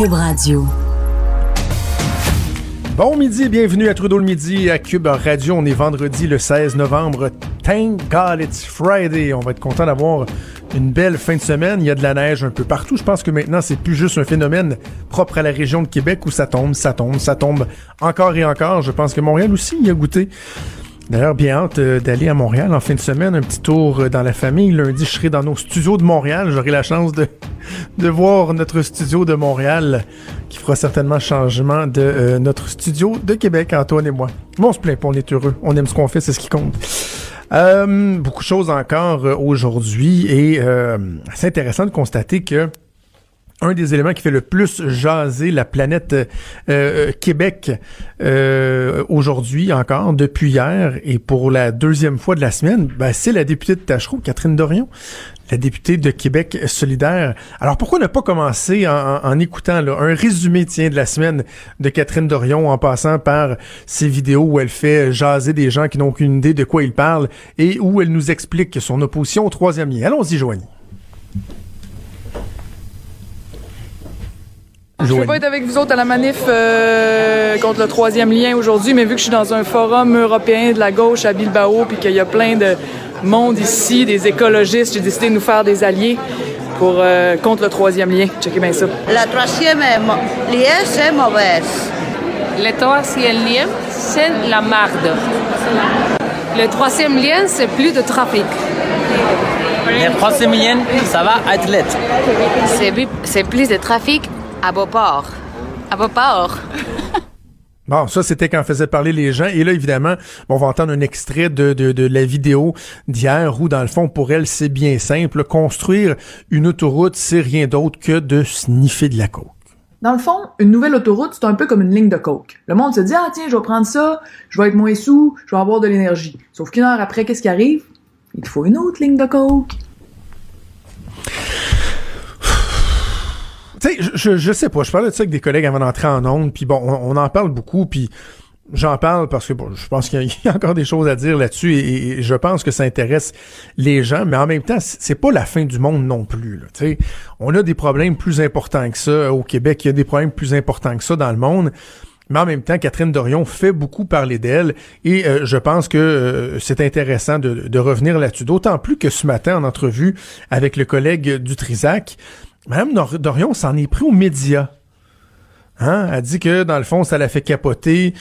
Cube Radio. Bon midi, bienvenue à Trudeau le midi à Cube Radio. On est vendredi le 16 novembre. Thank God it's Friday. On va être content d'avoir une belle fin de semaine. Il y a de la neige un peu partout. Je pense que maintenant, c'est plus juste un phénomène propre à la région de Québec où ça tombe encore et encore. Je pense que Montréal aussi y a goûté. D'ailleurs, bien hâte d'aller à Montréal en fin de semaine. Un petit tour dans la famille. Lundi, je serai dans nos studios de Montréal. J'aurai la chance de voir notre studio de Montréal qui fera certainement changement de notre studio de Québec, Antoine et moi. Mais on se plaint pas, on est heureux. On aime ce qu'on fait, c'est ce qui compte. Beaucoup de choses encore aujourd'hui et c'est intéressant de constater que un des éléments qui fait le plus jaser la planète Québec aujourd'hui encore, depuis hier, et pour la deuxième fois de la semaine, c'est la députée de Tachereau, Catherine Dorion, la députée de Québec solidaire. Alors pourquoi ne pas commencer en écoutant là, un résumé de la semaine de Catherine Dorion en passant par ces vidéos où elle fait jaser des gens qui n'ont aucune idée de quoi ils parlent et où elle nous explique son opposition au troisième lien. Allons-y, Joanie. Je ne peux pas être avec vous autres à la manif contre le troisième lien aujourd'hui, mais vu que je suis dans un forum européen de la gauche à Bilbao puis qu'il y a plein de monde ici, des écologistes, j'ai décidé de nous faire des alliés pour contre le troisième lien. Checkez bien ça. Le troisième lien, c'est mauvaise. Le troisième lien, c'est la merde. Le troisième lien, c'est plus de trafic. Le troisième lien, ça va être lettre. C'est plus de trafic à Beauport. À Beauport. Bon, ça, c'était quand on faisait parler les gens. Et là, évidemment, on va entendre un extrait de la vidéo d'hier où, dans le fond, pour elle, c'est bien simple. Construire une autoroute, c'est rien d'autre que de sniffer de la coke. Dans le fond, une nouvelle autoroute, c'est un peu comme une ligne de coke. Le monde se dit « Ah tiens, je vais prendre ça, je vais être moins sous, je vais avoir de l'énergie. » Sauf qu'une heure après, qu'est-ce qui arrive? Il faut une autre ligne de coke. Tu sais, je sais pas, je parlais de ça avec des collègues avant d'entrer en ondes, puis bon, on en parle beaucoup, puis j'en parle parce que bon, je pense qu'il y a encore des choses à dire là-dessus et je pense que ça intéresse les gens, mais en même temps, c'est pas la fin du monde non plus, là, tu sais. On a des problèmes plus importants que ça au Québec, il y a des problèmes plus importants que ça dans le monde. Mais en même temps, Catherine Dorion fait beaucoup parler d'elle et je pense que c'est intéressant de revenir là-dessus. D'autant plus que ce matin, en entrevue avec le collègue du Trisac, Mme Dorion s'en est pris aux médias. Hein? Elle dit que, dans le fond, ça la fait capoter,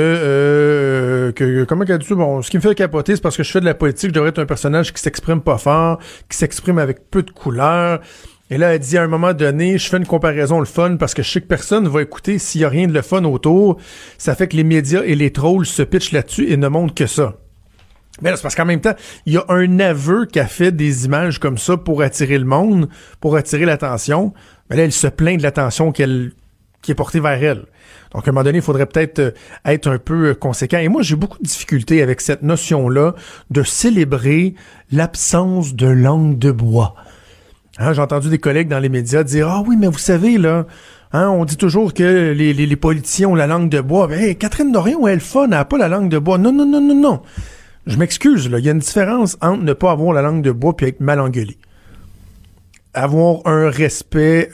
que comment qu'elle dit ça? Bon, ce qui me fait capoter, c'est parce que je fais de la politique, je devrais être un personnage qui s'exprime pas fort, qui s'exprime avec peu de couleurs. Et là, elle dit, à un moment donné, je fais une comparaison le fun, parce que je sais que personne va écouter s'il y a rien de le fun autour. Ça fait que les médias et les trolls se pitchent là-dessus et ne montrent que ça. Mais là, c'est parce qu'en même temps, il y a un aveu qui a fait des images comme ça pour attirer le monde, pour attirer l'attention. Mais là, elle se plaint de l'attention qui est portée vers elle. Donc, à un moment donné, il faudrait peut-être être un peu conséquent. Et moi, j'ai beaucoup de difficultés avec cette notion-là de célébrer l'absence de langue de bois. Hein, j'ai entendu des collègues dans les médias dire « Ah oui, mais vous savez, là, hein, on dit toujours que les politiciens ont la langue de bois. » Ben, hey, Catherine Dorion, elle fun, elle n'a pas la langue de bois. Non. Je m'excuse, là. Il y a une différence entre ne pas avoir la langue de bois puis être mal engueulé. Avoir un respect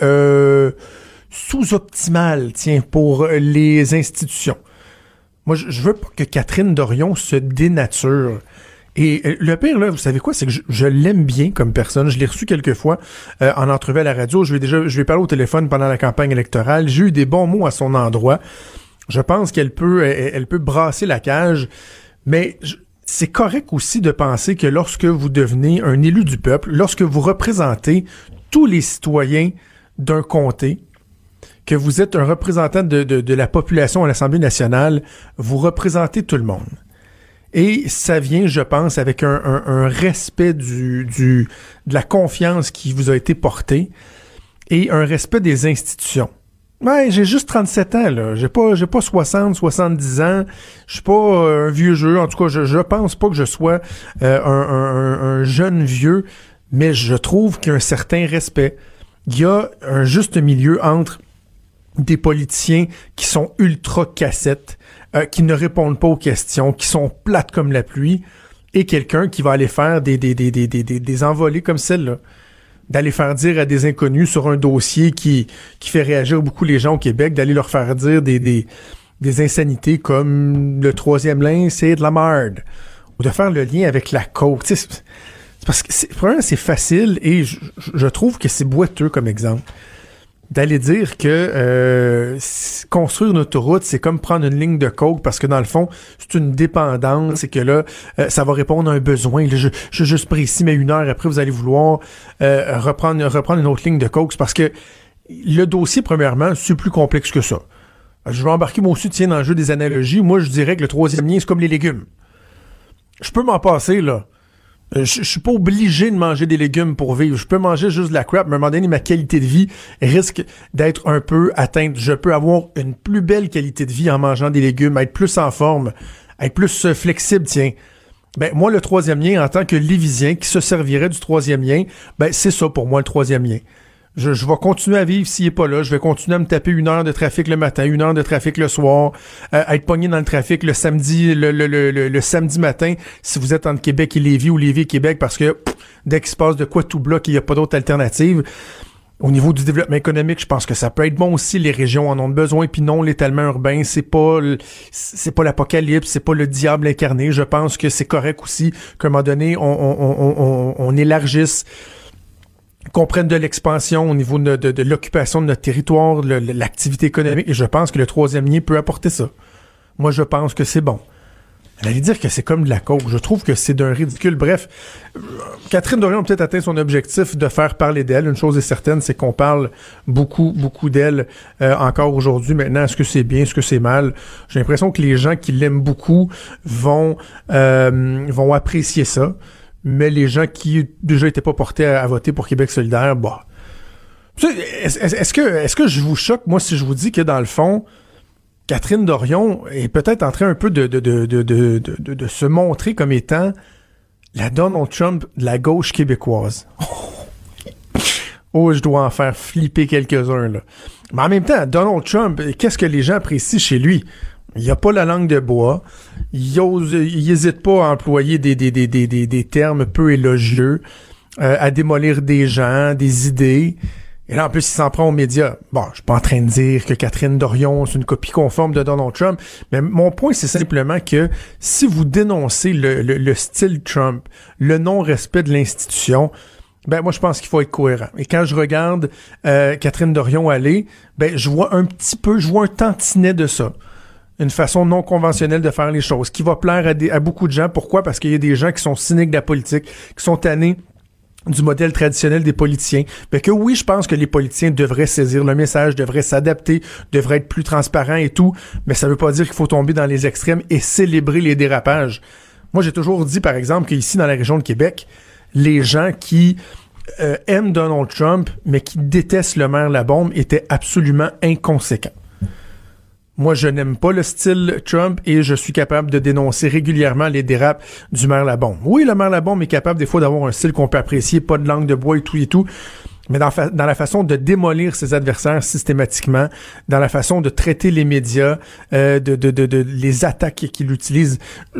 sous-optimal, pour les institutions. Moi, je veux pas que Catherine Dorion se dénature. Et le pire, là, vous savez quoi, c'est que je l'aime bien comme personne. Je l'ai reçu quelques fois en entrevue à la radio. Je lui ai parlé au téléphone pendant la campagne électorale. J'ai eu des bons mots à son endroit. Je pense qu'elle peut brasser la cage, mais c'est correct aussi de penser que lorsque vous devenez un élu du peuple, lorsque vous représentez tous les citoyens d'un comté, que vous êtes un représentant de la population à l'Assemblée nationale, vous représentez tout le monde. Et ça vient, je pense, avec un respect de la confiance qui vous a été portée et un respect des institutions. Ouais, j'ai juste 37 ans, là. J'ai pas 60, 70 ans. Je suis pas un vieux jeu. En tout cas, je pense pas que je sois un jeune vieux, mais je trouve qu'il y a un certain respect. Il y a un juste milieu entre des politiciens qui sont ultra cassettes, qui ne répondent pas aux questions, qui sont plates comme la pluie, et quelqu'un qui va aller faire des envolées comme celle-là. d'aller faire dire à des inconnus sur un dossier qui fait réagir beaucoup les gens au Québec, d'aller leur faire dire des insanités comme le troisième lien, c'est de la merde. Ou de faire le lien avec la coke. Tu sais, c'est parce que premièrement, c'est facile et je trouve que c'est boiteux comme exemple. D'aller dire que construire une autoroute, c'est comme prendre une ligne de coke parce que dans le fond, c'est une dépendance et que là, ça va répondre à un besoin. Là, je juste pris ici, mais 1 heure après, vous allez vouloir reprendre une autre ligne de coke. C'est parce que le dossier, premièrement, c'est plus complexe que ça. Je vais embarquer mon soutien dans le jeu des analogies. Moi, je dirais que le troisième lien, c'est comme les légumes. Je peux m'en passer, là. Je suis pas obligé de manger des légumes pour vivre. Je peux manger juste de la crap, mais à un moment donné, ma qualité de vie risque d'être un peu atteinte. Je peux avoir une plus belle qualité de vie en mangeant des légumes, être plus en forme, être plus flexible, tiens. Ben, moi, le troisième lien, en tant que Lévisien qui se servirait du troisième lien, ben, c'est ça pour moi, le troisième lien. Je vais continuer à vivre s'il est pas là. Je vais continuer à me taper 1 heure de trafic le matin, 1 heure de trafic le soir, être pogné dans le trafic le samedi, le samedi matin, si vous êtes entre Québec et Lévis ou Lévis et Québec, parce que dès qu'il se passe de quoi tout bloque, il n'y a pas d'autre alternative. Au niveau du développement économique, je pense que ça peut être bon aussi. Les régions en ont besoin. Puis non, l'étalement urbain, c'est pas l'apocalypse, c'est pas le diable incarné. Je pense que c'est correct aussi qu'à un moment donné, on élargisse, qu'on prenne de l'expansion au niveau de l'occupation de notre territoire, l'activité économique, et je pense que le troisième lien peut apporter ça. Moi, je pense que c'est bon. Elle allait dire que c'est comme de la coke. Je trouve que c'est d'un ridicule. Bref, Catherine Dorion a peut-être atteint son objectif de faire parler d'elle. Une chose est certaine, c'est qu'on parle beaucoup, beaucoup d'elle encore aujourd'hui. Maintenant, est-ce que c'est bien, est-ce que c'est mal? J'ai l'impression que les gens qui l'aiment beaucoup vont apprécier ça. Mais les gens qui déjà étaient pas portés à voter pour Québec solidaire, bah. Est-ce que je vous choque, moi, si je vous dis que dans le fond, Catherine Dorion est peut-être en train un peu de se montrer comme étant la Donald Trump de la gauche québécoise. Oh, je dois en faire flipper quelques-uns, là. Mais en même temps, Donald Trump, qu'est-ce que les gens apprécient chez lui? Il a pas la langue de bois. Il hésite pas à employer des termes peu élogieux, à démolir des gens, des idées. Et là, en plus, il s'en prend aux médias. Bon, je suis pas en train de dire que Catherine Dorion, c'est une copie conforme de Donald Trump, mais mon point, c'est simplement que si vous dénoncez le style Trump, le non-respect de l'institution, ben moi, je pense qu'il faut être cohérent. Et quand je regarde Catherine Dorion aller, ben je vois un tantinet de ça. Une façon non conventionnelle de faire les choses, qui va plaire à beaucoup de gens. Pourquoi? Parce qu'il y a des gens qui sont cyniques de la politique, qui sont tannés du modèle traditionnel des politiciens. Fait que oui, je pense que les politiciens devraient saisir le message, devraient s'adapter, devraient être plus transparents et tout, mais ça veut pas dire qu'il faut tomber dans les extrêmes et célébrer les dérapages. Moi, j'ai toujours dit, par exemple, qu'ici, dans la région de Québec, les gens qui aiment Donald Trump, mais qui détestent le maire Labombe, étaient absolument inconséquents. Moi, je n'aime pas le style Trump et je suis capable de dénoncer régulièrement les dérapes du maire Labombe. Oui, le maire Labombe est capable des fois d'avoir un style qu'on peut apprécier, pas de langue de bois et tout, mais dans la façon de démolir ses adversaires systématiquement, dans la façon de traiter les médias, de les attaques qu'il utilise,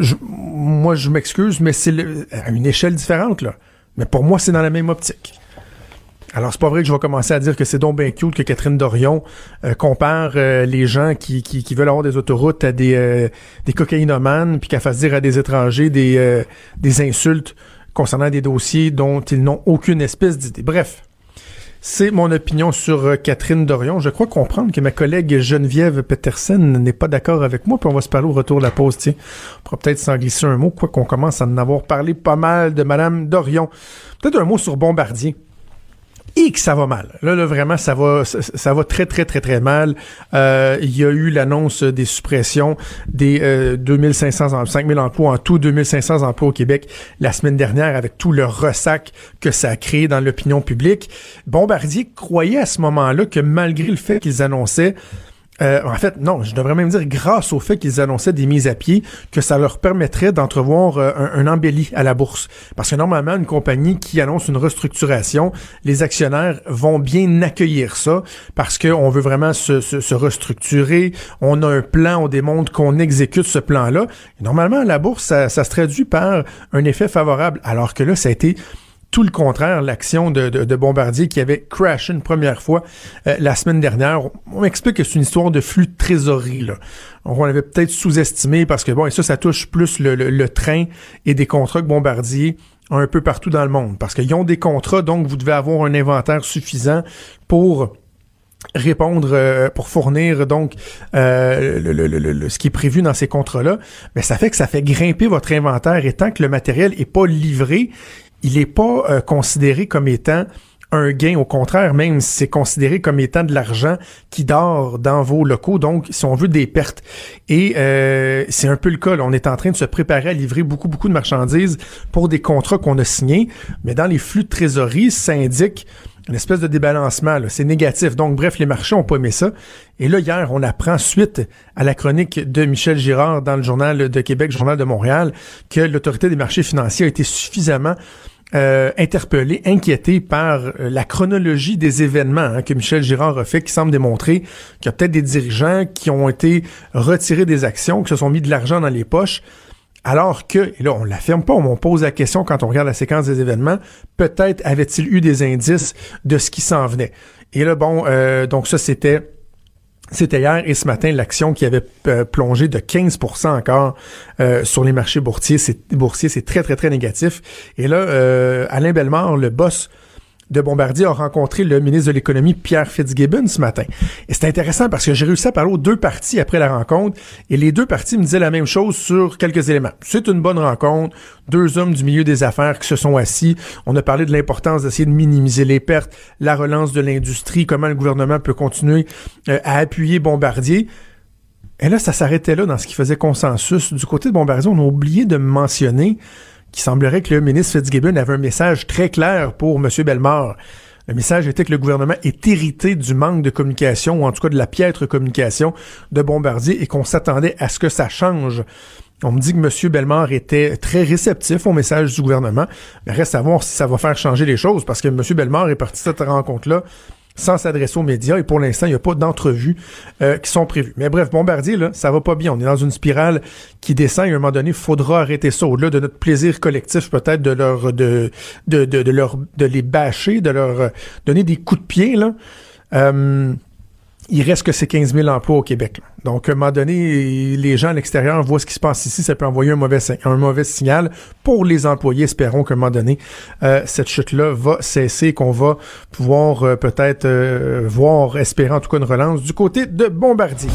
moi, je m'excuse, mais c'est à une échelle différente, là. Mais pour moi, c'est dans la même optique. Alors, c'est pas vrai que je vais commencer à dire que c'est donc bien cute que Catherine Dorion compare les gens qui veulent avoir des autoroutes à des cocaïnomanes, puis qu'elle fasse dire à des étrangers des insultes concernant des dossiers dont ils n'ont aucune espèce d'idée. Bref, c'est mon opinion sur Catherine Dorion. Je crois comprendre que ma collègue Geneviève Petersen n'est pas d'accord avec moi, puis on va se parler au retour de la pause. Tiens, on pourra peut-être s'en glisser un mot, quoi qu'on commence à en avoir parlé pas mal de Madame Dorion. Peut-être un mot sur Bombardier. Et que ça va mal. Là, vraiment, ça va très, très, très, très mal. Il y a eu l'annonce des suppressions des 5000 emplois en tout, 2500 emplois au Québec la semaine dernière avec tout le ressac que ça a créé dans l'opinion publique. Bombardier croyait à ce moment-là que malgré le fait qu'ils annonçaient en fait, non, je devrais même dire grâce au fait qu'ils annonçaient des mises à pied, que ça leur permettrait d'entrevoir un embelli à la bourse. Parce que normalement, une compagnie qui annonce une restructuration, les actionnaires vont bien accueillir ça parce qu'on veut vraiment se restructurer. On a un plan, on démontre qu'on exécute ce plan-là. Et normalement, à la bourse, ça se traduit par un effet favorable. Alors que là, ça a été tout le contraire, l'action de Bombardier qui avait crashé une première fois la semaine dernière. On m'explique que c'est une histoire de flux de trésorerie, là. Donc, on l'avait peut-être sous-estimé parce que, bon, et ça touche plus le train et des contrats que Bombardier a un peu partout dans le monde. Parce qu'ils ont des contrats, donc vous devez avoir un inventaire suffisant pour répondre, pour fournir donc ce qui est prévu dans ces contrats-là. Mais ça fait grimper votre inventaire et tant que le matériel est pas livré, il est pas considéré comme étant un gain. Au contraire, même, c'est considéré comme étant de l'argent qui dort dans vos locaux. Donc, si on veut des pertes. Et c'est un peu le cas. Là. On est en train de se préparer à livrer beaucoup de marchandises pour des contrats qu'on a signés. Mais dans les flux de trésorerie, ça indique une espèce de débalancement. Là. C'est négatif. Donc, bref, les marchés ont pas aimé ça. Et là, hier, on apprend, suite à la chronique de Michel Girard dans le Journal de Québec, Journal de Montréal, que l'Autorité des marchés financiers a été suffisamment interpellé, inquiété par la chronologie des événements que Michel Girard a fait, qui semble démontrer qu'il y a peut-être des dirigeants qui ont été retirés des actions, qui se sont mis de l'argent dans les poches, alors que, et là on l'affirme pas, on pose la question quand on regarde la séquence des événements, peut-être avait-il eu des indices de ce qui s'en venait. Et là, bon, donc ça c'était hier, et ce matin, l'action qui avait plongé de 15% encore sur les marchés boursiers, c'est très, très, très négatif. Et là, Alain Bellemare, le boss de Bombardier, a rencontré le ministre de l'Économie, Pierre Fitzgibbon, ce matin. Et c'est intéressant parce que j'ai réussi à parler aux deux parties après la rencontre, et les deux parties me disaient la même chose sur quelques éléments. C'est une bonne rencontre, deux hommes du milieu des affaires qui se sont assis. On a parlé de l'importance d'essayer de minimiser les pertes, la relance de l'industrie, comment le gouvernement peut continuer à appuyer Bombardier. Et là, ça s'arrêtait là dans ce qui faisait consensus. Du côté de Bombardier, on a oublié de mentionner qu'il semblerait que le ministre Fitzgibbon avait un message très clair pour M. Bellemare. Le message était que le gouvernement est hérité du manque de communication, ou en tout cas de la piètre communication de Bombardier, et qu'on s'attendait à ce que ça change. On me dit que M. Bellemare était très réceptif au message du gouvernement, mais reste à voir si ça va faire changer les choses, parce que M. Bellemare est parti de cette rencontre-là sans s'adresser aux médias, et pour l'instant, il n'y a pas d'entrevues qui sont prévues. Mais bref, Bombardier, là, ça va pas bien. On est dans une spirale qui descend, et à un moment donné, il faudra arrêter ça. Au-delà de notre plaisir collectif, peut-être de les bâcher, de leur donner des coups de pied, là. Il reste que ces 15 000 emplois au Québec. Là. Donc, à un moment donné, les gens à l'extérieur voient ce qui se passe ici, ça peut envoyer un mauvais signal pour les employés. Espérons qu'à un moment donné, cette chute-là va cesser, qu'on va pouvoir peut-être voir, espérer en tout cas une relance du côté de Bombardier.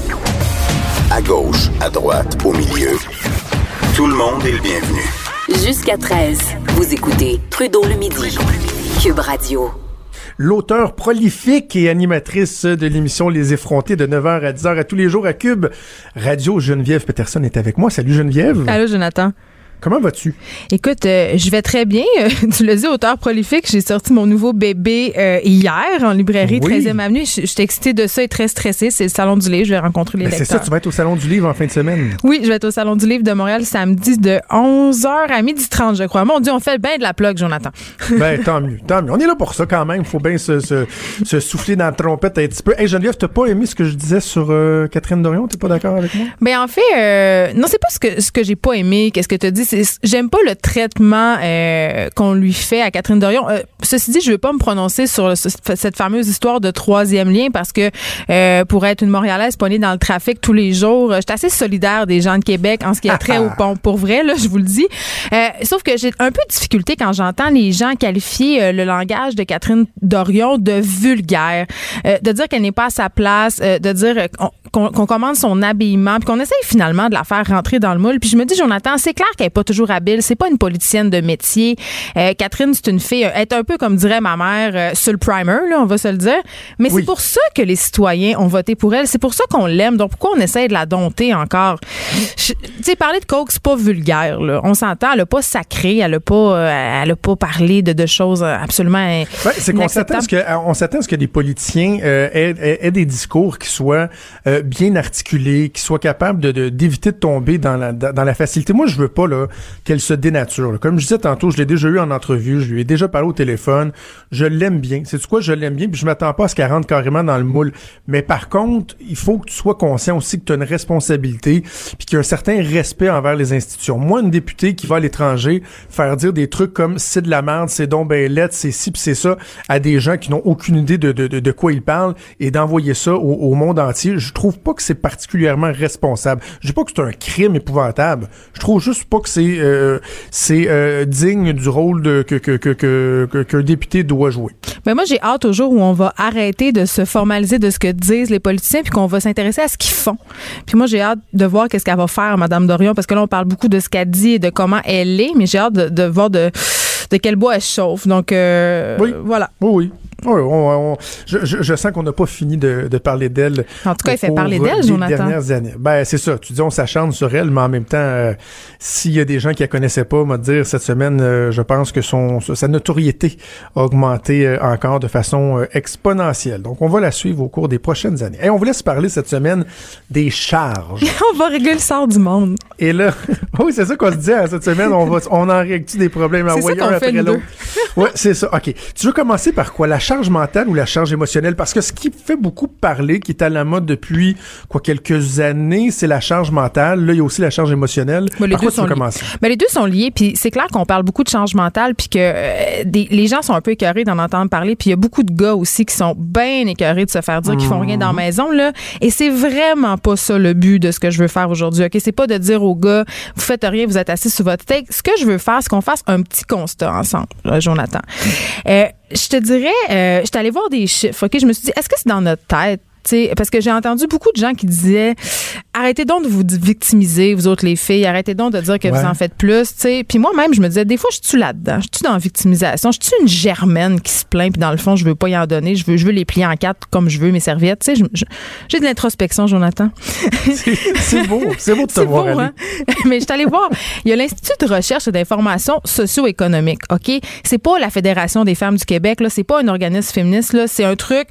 À gauche, à droite, au milieu, tout le monde est le bienvenu. Jusqu'à 13, vous écoutez Trudeau le midi, Cube Radio. L'auteure prolifique et animatrice de l'émission Les Effrontés de 9h à 10h à tous les jours à Cube Radio, Geneviève Peterson est avec moi. Salut Geneviève. Allô Jonathan. Comment vas-tu? Écoute, je vais très bien. Tu l'as dit, auteur prolifique. J'ai sorti mon nouveau bébé hier en librairie 13e Avenue. Je suis excitée de ça et très stressée. C'est le Salon du Livre. Je vais rencontrer les lecteurs. C'est ça, tu vas être au Salon du Livre en fin de semaine? Oui, je vais être au Salon du Livre de Montréal samedi de 11h à 12h30, je crois. Mon Dieu, on fait bien de la plug, Jonathan. Ben, tant mieux, tant mieux. On est là pour ça quand même. Faut bien se souffler dans la trompette un petit peu. Hey Geneviève, t'as pas aimé ce que je disais sur Catherine Dorion? T'es pas d'accord avec moi? Ben, en fait, non, c'est pas ce que j'ai pas aimé. Qu'est-ce que t'as dit? J'aime pas le traitement qu'on lui fait à Catherine Dorion. Ceci dit, je veux pas me prononcer sur cette fameuse histoire de troisième lien parce que pour être une Montréalaise poignée dans le trafic tous les jours, je suis assez solidaire des gens de Québec en ce qui est trait au pont. Pour vrai, là, je vous le dis. Sauf que j'ai un peu de difficulté quand j'entends les gens qualifier le langage de Catherine Dorion de vulgaire, de dire qu'elle n'est pas à sa place, de dire qu'on commande son habillement, puis qu'on essaye finalement de la faire rentrer dans le moule. Puis je me dis, Jonathan, c'est clair qu'elle est pas toujours habile, c'est pas une politicienne de métier. Catherine, c'est une fille, elle est un peu comme dirait ma mère, sur le primer, là, on va se le dire. Mais oui. C'est pour ça que les citoyens ont voté pour elle. C'est pour ça qu'on l'aime. Donc pourquoi on essaie de la dompter encore? Tu sais, parler de coke, c'est pas vulgaire, là. On s'entend, elle a pas sacré, elle a pas parlé de choses absolument c'est qu'on s'attend à ce que des politiciens aient des discours qui soient bien articulée, qui soit capable d'éviter de tomber dans la facilité. Moi, je veux pas là qu'elle se dénature. Là. Comme je disais tantôt, je l'ai déjà eu en entrevue, je lui ai déjà parlé au téléphone. Je l'aime bien. C'est quoi, je l'aime bien, puis je m'attends pas à ce qu'elle rentre carrément dans le moule. Mais par contre, il faut que tu sois conscient aussi que tu as une responsabilité, puis qu'il y a un certain respect envers les institutions. Moi, une députée qui va à l'étranger faire dire des trucs comme c'est de la merde, c'est donc ben lettre, c'est ci pis c'est ça à des gens qui n'ont aucune idée de quoi ils parlent et d'envoyer ça au monde entier, je trouve pas que c'est particulièrement responsable. Je dis pas que c'est un crime épouvantable. Je trouve juste pas que c'est digne du rôle qu'un député doit jouer. Ben moi, j'ai hâte au jour où on va arrêter de se formaliser de ce que disent les politiciens puis qu'on va s'intéresser à ce qu'ils font. Puis moi, j'ai hâte de voir qu'est-ce qu'elle va faire, Mme Dorion, parce que là, on parle beaucoup de ce qu'elle dit et de comment elle est, mais j'ai hâte de voir de quel bois elle chauffe. Donc, oui. Voilà. Oui. Je sens qu'on n'a pas fini de parler d'elle. En tout cas, il fait parler d'elle, Jonathan. Dernières années. Ben, c'est ça. Tu dis, on s'acharne sur elle, mais en même temps, s'il y a des gens qui la connaissaient pas, on va dire, cette semaine, je pense que sa notoriété a augmenté encore de façon exponentielle. Donc, on va la suivre au cours des prochaines années. Et on vous laisse parler cette semaine des charges. On va régler le sort du monde. Et là, oui, c'est ça qu'on se dit cette semaine. On en règle-tu des problèmes à c'est ça qu'on fait, l'autre? Ouais, c'est ça. OK. Tu veux commencer par quoi? La charge mentale ou la charge émotionnelle? Parce que ce qui fait beaucoup parler, qui est à la mode depuis quelques années, c'est la charge mentale. Là, il y a aussi la charge émotionnelle. Par quoi tu veux commencer? Les deux sont liés, puis c'est clair qu'on parle beaucoup de charge mentale, puis que les gens sont un peu écœurés d'en entendre parler, puis il y a beaucoup de gars aussi qui sont bien écœurés de se faire dire qu'ils font rien dans la maison, là. Et c'est vraiment pas ça le but de ce que je veux faire aujourd'hui. OK? C'est pas de dire aux gars, vous faites rien, vous êtes assis sur votre tête. Ce que je veux faire, c'est qu'on fasse un petit constat ensemble, Jonathan. Je te dirais, je suis allée voir des chiffres, OK? Je me suis dit, est-ce que c'est dans notre tête? T'sais, parce que j'ai entendu beaucoup de gens qui disaient arrêtez donc de vous victimiser, vous autres les filles, arrêtez donc de dire que vous en faites plus. Puis moi-même, je me disais, des fois, je suis là-dedans, je suis dans la victimisation, je suis une germaine qui se plaint, puis dans le fond, je veux pas y en donner, je veux les plier en quatre comme je veux mes serviettes. J'ai de l'introspection, Jonathan. C'est beau de te voir, hein? Mais je suis allée voir, il y a l'Institut de recherche et d'information socio-économique, OK? C'est pas la Fédération des femmes du Québec, là, c'est pas un organisme féministe, là, c'est un truc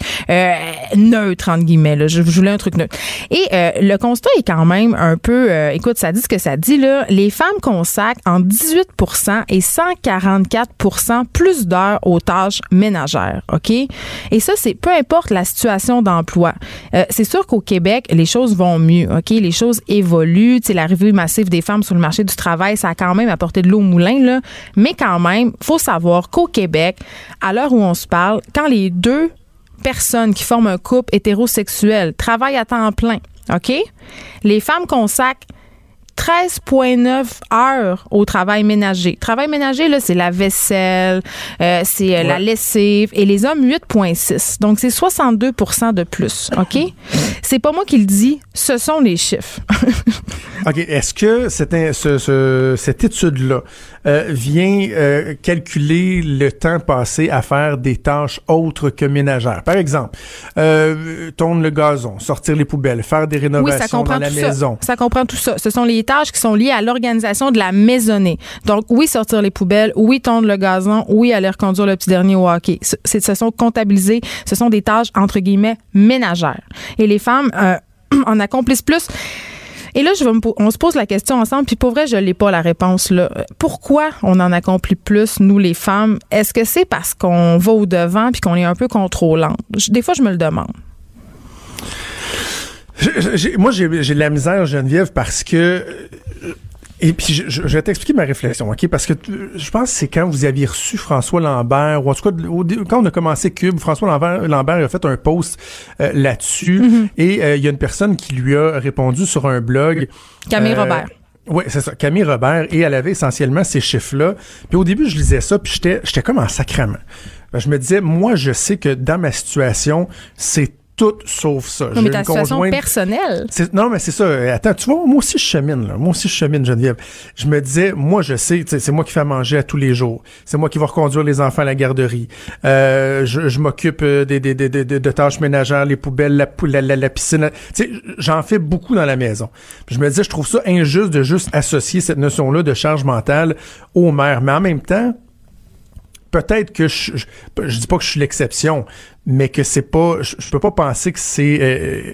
neutre, entre guillemets, là. Je voulais un truc neutre. Et le constat est quand même un peu... écoute, ça dit ce que ça dit, là. Les femmes consacrent entre 18% et 144% plus d'heures aux tâches ménagères, OK? Et ça, c'est peu importe la situation d'emploi. C'est sûr qu'au Québec, les choses vont mieux, OK? Les choses évoluent. Tu sais, l'arrivée massive des femmes sur le marché du travail, ça a quand même apporté de l'eau au moulin, là. Mais quand même, faut savoir qu'au Québec, à l'heure où on se parle, quand les deux personnes qui forment un couple hétérosexuel travaillent à temps plein, OK? Les femmes consacrent 13,9 heures au travail ménager. Travail ménager, là, c'est la vaisselle, c'est la lessive, et les hommes, 8,6. Donc, c'est 62% de plus, OK? C'est pas moi qui le dis, ce sont les chiffres. OK. Est-ce que cette étude-là vient calculer le temps passé à faire des tâches autres que ménagères? Par exemple, tondre le gazon, sortir les poubelles, faire des rénovations dans la maison. Ça comprend tout ça. Ce sont les tâches qui sont liées à l'organisation de la maisonnée. Donc, oui, sortir les poubelles, oui, tondre le gazon, oui, aller reconduire le petit dernier au hockey. Ce sont comptabilisés, ce sont des tâches, entre guillemets, ménagères. Et les femmes en accomplissent plus. Et là, on se pose la question ensemble, puis pour vrai, je n'ai pas la réponse, là. Pourquoi on en accomplit plus, nous, les femmes? Est-ce que c'est parce qu'on va au-devant puis qu'on est un peu contrôlante? Des fois, je me le demande. Moi, j'ai de la misère, Geneviève, parce que... Et puis, je vais t'expliquer ma réflexion, OK? Parce que je pense que c'est quand vous aviez reçu François Lambert, ou en tout cas, quand on a commencé Cube, François Lambert a fait un post là-dessus, et il y a une personne qui lui a répondu sur un blog. Camille Robert. Oui, c'est ça, Camille Robert, et elle avait essentiellement ces chiffres-là. Puis au début, je lisais ça, puis j'étais comme en sacrament. Je me disais, moi, je sais que dans ma situation, c'est tout sauf ça. Non, mais ta situation personnelle. Non, mais c'est ça. Attends, tu vois, moi aussi, je chemine, là. Moi aussi, je chemine, Geneviève. Je me disais, moi, je sais, c'est moi qui fais à manger à tous les jours. C'est moi qui va reconduire les enfants à la garderie. Je m'occupe de tâches ménagères, les poubelles, la piscine. Tu sais, j'en fais beaucoup dans la maison. Puis je me disais, je trouve ça injuste de juste associer cette notion-là de charge mentale aux mères. Mais en même temps, peut-être que je dis pas que je suis l'exception, mais que c'est pas, je peux pas penser que c'est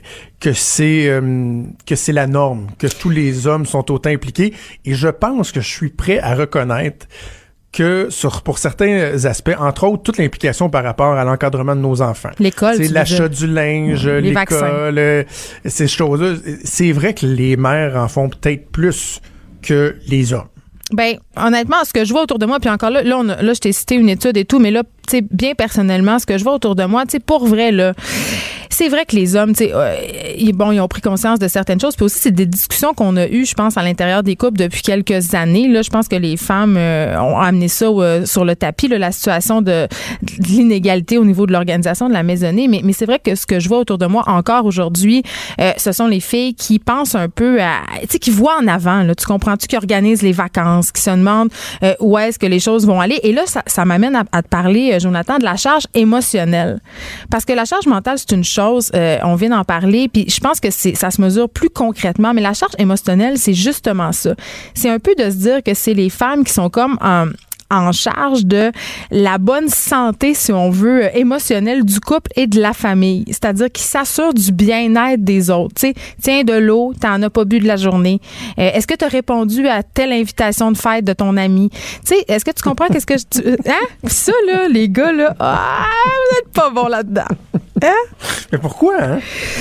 la norme, que tous les hommes sont autant impliqués. Et je pense que je suis prêt à reconnaître que pour certains aspects, entre autres, toute l'implication par rapport à l'encadrement de nos enfants. L'école, c'est l'achat du linge, l'école, ces choses-là. C'est vrai que les mères en font peut-être plus que les hommes. Ben, honnêtement, ce que je vois autour de moi, puis encore là, je t'ai cité une étude et tout, mais là, tu sais, bien personnellement, ce que je vois autour de moi, tu sais, pour vrai, là, c'est vrai que les hommes, tu sais, ils ont pris conscience de certaines choses. Puis aussi, c'est des discussions qu'on a eues, je pense, à l'intérieur des couples depuis quelques années. Là, je pense que les femmes ont amené ça sur le tapis, là, la situation de l'inégalité au niveau de l'organisation de la maisonnée. Mais c'est vrai que ce que je vois autour de moi encore aujourd'hui, ce sont les filles qui pensent un peu à, tu sais, qui voient en avant. Là, tu comprends-tu, qui organisent les vacances, qui se demandent où est-ce que les choses vont aller. Et là, ça m'amène à te parler, Jonathan, de la charge émotionnelle. Parce que la charge mentale, c'est une chose. On vient d'en parler, puis je pense que ça se mesure plus concrètement, mais la charge émotionnelle, c'est justement ça. C'est un peu de se dire que c'est les femmes qui sont comme en charge de la bonne santé, si on veut, émotionnelle du couple et de la famille. C'est-à-dire qui s'assurent du bien-être des autres. Tu sais, tiens, de l'eau, t'en as pas bu de la journée. Est-ce que tu as répondu à telle invitation de fête de ton ami? Tu sais, est-ce que tu comprends qu'est-ce que hein? Ça, là, les gars, là, vous êtes pas bons là-dedans. Hein? Mais pourquoi, hein?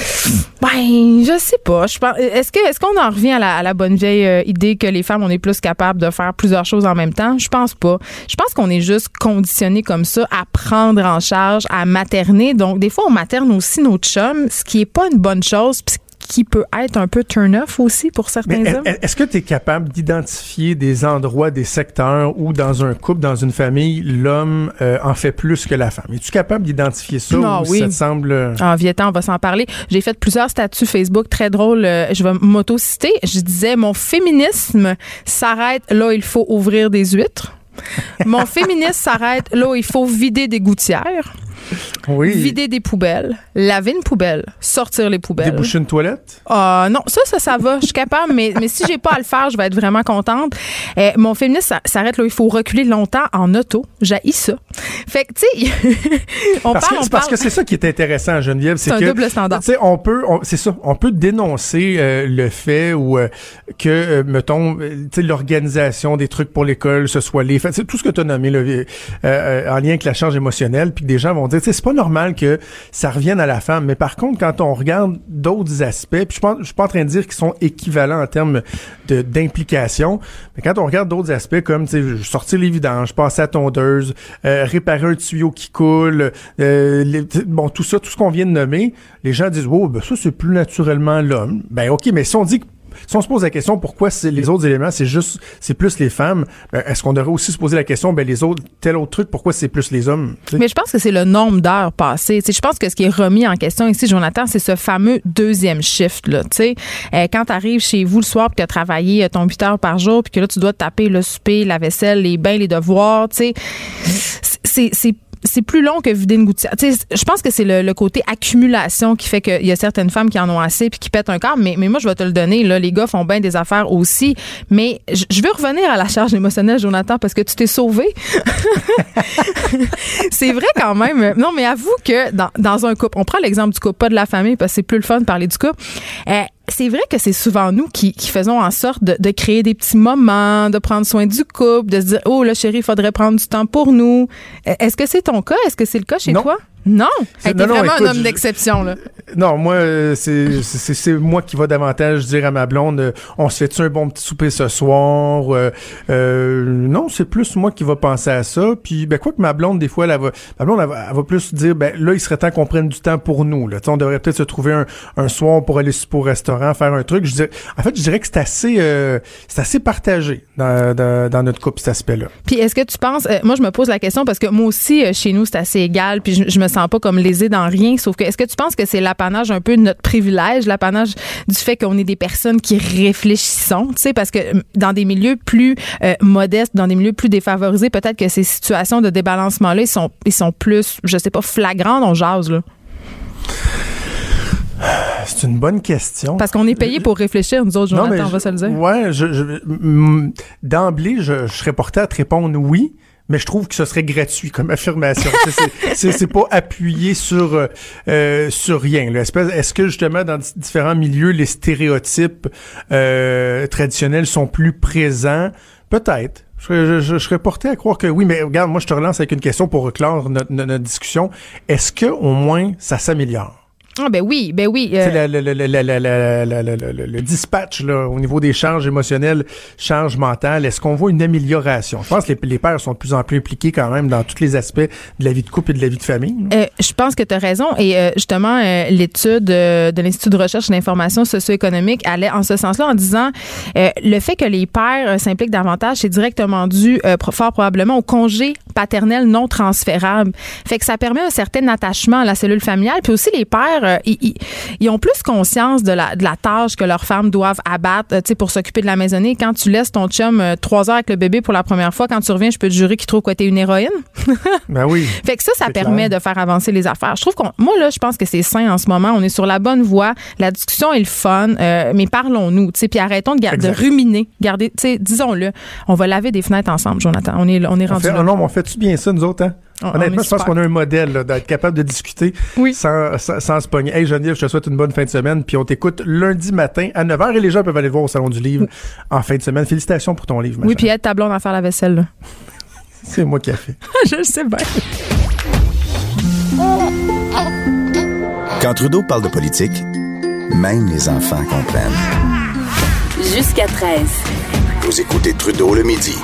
Ben, je sais pas. Est-ce qu'on en revient à la bonne vieille idée que les femmes, on est plus capables de faire plusieurs choses en même temps? Je pense pas. Je pense qu'on est juste conditionnés comme ça à prendre en charge, à materner. Donc, des fois, on materne aussi nos chums, ce qui est pas une bonne chose, puis qui peut être un peu turn-off aussi pour certains hommes. Est-ce que tu es capable d'identifier des endroits, des secteurs où dans un couple, dans une famille, l'homme en fait plus que la femme? Es-tu capable d'identifier ça ou ça te semble... Vieta, on va s'en parler. J'ai fait plusieurs statuts Facebook très drôles. Je vais m'auto-citer. Je disais, mon féminisme s'arrête là où il faut ouvrir des huîtres. Mon féminisme s'arrête là où il faut vider des gouttières. Oui. Vider des poubelles, laver une poubelle, sortir les poubelles. Déboucher une toilette? Non, ça va. Je suis capable, mais si j'ai pas à le faire, je vais être vraiment contente. Mon féminisme, ça s'arrête là où il faut reculer longtemps en auto. J'haïs ça. Fait que, tu sais, Parce que c'est ça qui est intéressant, Geneviève. C'est un double standard. Tu sais, on peut dénoncer le fait que, mettons, tu sais, l'organisation des trucs pour l'école, ce soit les fêtes, tout ce que tu as nommé là, en lien avec la charge émotionnelle, puis des gens vont dire, tu sais, c'est pas normal que ça revienne à la femme. Mais par contre, quand on regarde d'autres aspects, puis je suis pas en train de dire qu'ils sont équivalents en termes d'implication, mais quand on regarde d'autres aspects comme, tu sais, sortir les vidanges, passer à tondeuse, réparer un tuyau qui coule, tout ça, tout ce qu'on vient de nommer, les gens disent, ben ça c'est plus naturellement l'homme. Ben ok, mais si on se pose la question pourquoi les autres éléments c'est plus les femmes, est-ce qu'on devrait aussi se poser la question tel autre truc, pourquoi c'est plus les hommes, t'sais? Mais je pense que c'est le nombre d'heures passées. T'sais, je pense que ce qui est remis en question ici, Jonathan, c'est ce fameux deuxième shift là. Quand tu arrives chez vous le soir puis tu as travaillé ton 8 heures par jour puis que là tu dois te taper le souper, la vaisselle, les bains, les devoirs, c'est plus long que vider une gouttière. Tu sais, je pense que c'est le côté accumulation qui fait qu'il y a certaines femmes qui en ont assez puis qui pètent un câble. Mais moi, je vais te le donner. Là, les gars font bien des affaires aussi. Mais je veux revenir à la charge émotionnelle, Jonathan, parce que tu t'es sauvé. C'est vrai quand même. Non, mais avoue que dans un couple, on prend l'exemple du couple, pas de la famille, parce que c'est plus le fun de parler du couple. C'est vrai que c'est souvent nous qui faisons en sorte de créer des petits moments, de prendre soin du couple, de se dire, oh là chérie, il faudrait prendre du temps pour nous. Est-ce que c'est ton cas? Est-ce que c'est le cas chez toi? Non. T'es vraiment un homme d'exception, là. Non, moi, c'est moi qui va davantage dire à ma blonde, on se fait-tu un bon petit souper ce soir? Non, c'est plus moi qui va penser à ça. Puis, quoi que ma blonde, des fois, elle va plus dire, là, il serait temps qu'on prenne du temps pour nous, là. T'sais, on devrait peut-être se trouver un soir pour aller souper au restaurant, faire un truc. Je dirais que c'est assez partagé dans notre couple, cet aspect-là. Puis, est-ce que tu penses, moi, je me pose la question parce que moi aussi, chez nous, c'est assez égal. Puis, je me sens pas comme lésée dans rien, sauf que est-ce que tu penses que c'est l'apanage un peu de notre privilège, l'apanage du fait qu'on est des personnes qui réfléchissons, tu sais, parce que dans des milieux plus modestes, dans des milieux plus défavorisés, peut-être que ces situations de débalancement-là, ils sont plus, je sais pas, flagrantes, on jase, là. C'est une bonne question. Parce qu'on est payé pour réfléchir, nous autres, Jonathan, on va se le dire. Ouais, d'emblée, je serais porté à te répondre oui. mais je trouve que ce serait gratuit comme affirmation. c'est pas appuyé sur rien. Là. Est-ce que justement dans différents milieux les stéréotypes traditionnels sont plus présents? Peut-être. Je serais porté à croire que oui, mais regarde, moi je te relance avec une question pour clore notre discussion. Est-ce que au moins ça s'améliore? Ah ben oui. Le dispatch là, au niveau des charges émotionnelles, charges mentales, est-ce qu'on voit une amélioration? Je pense que les pères sont de plus en plus impliqués quand même dans tous les aspects de la vie de couple et de la vie de famille. Je pense que tu as raison. Et justement, l'étude de l'Institut de recherche et d'information socio-économique allait en ce sens-là en disant le fait que les pères s'impliquent davantage, c'est directement dû fort probablement au congé paternel non transférable. Fait que ça permet un certain attachement à la cellule familiale. Puis aussi, les pères ils ont plus conscience de la tâche que leurs femmes doivent abattre pour s'occuper de la maisonnée. Quand tu laisses ton chum 3 heures avec le bébé pour la première fois, quand tu reviens, je peux te jurer qu'il trouve que t'es une héroïne. Ben oui. Fait que ça permet de faire avancer les affaires. Je trouve je pense que c'est sain en ce moment. On est sur la bonne voie. La discussion est le fun, mais parlons-nous. Puis arrêtons de ruminer. Gardez, disons-le, on va laver des fenêtres ensemble, Jonathan. On est rendu là. Non, mais on fait-tu bien ça, nous autres, hein? Honnêtement, je pense qu'on a un modèle là, d'être capable de discuter sans se pogner. Hey Geneviève, je te souhaite une bonne fin de semaine, puis on t'écoute lundi matin à 9h et les gens peuvent aller voir au Salon du Livre en fin de semaine. Félicitations pour ton livre. Oui, puis aide ta blonde à faire la vaisselle. Là. C'est moi qui ai fait. Je le sais bien. Quand Trudeau parle de politique, même les enfants comprennent. Jusqu'à 13. Vous écoutez Trudeau le midi.